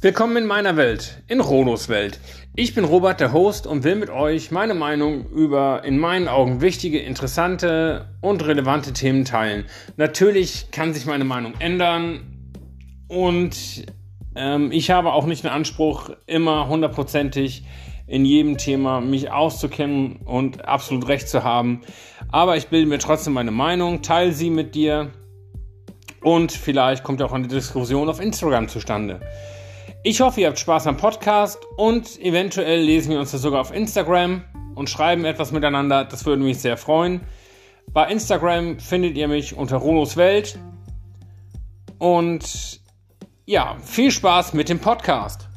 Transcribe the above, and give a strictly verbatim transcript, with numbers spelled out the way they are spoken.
Willkommen in meiner Welt, in Rolos Welt. Ich bin Robert, der Host, und will mit euch meine Meinung über in meinen Augen wichtige, interessante und relevante Themen teilen. Natürlich kann sich meine Meinung ändern und ähm, ich habe auch nicht den Anspruch, immer hundertprozentig in jedem Thema mich auszukennen und absolut recht zu haben. Aber ich bilde mir trotzdem meine Meinung, teile sie mit dir und vielleicht kommt auch eine Diskussion auf Instagram zustande. Ich hoffe, ihr habt Spaß am Podcast und eventuell lesen wir uns das sogar auf Instagram und schreiben etwas miteinander. Das würde mich sehr freuen. Bei Instagram findet ihr mich unter Rolos Welt. Und ja, viel Spaß mit dem Podcast.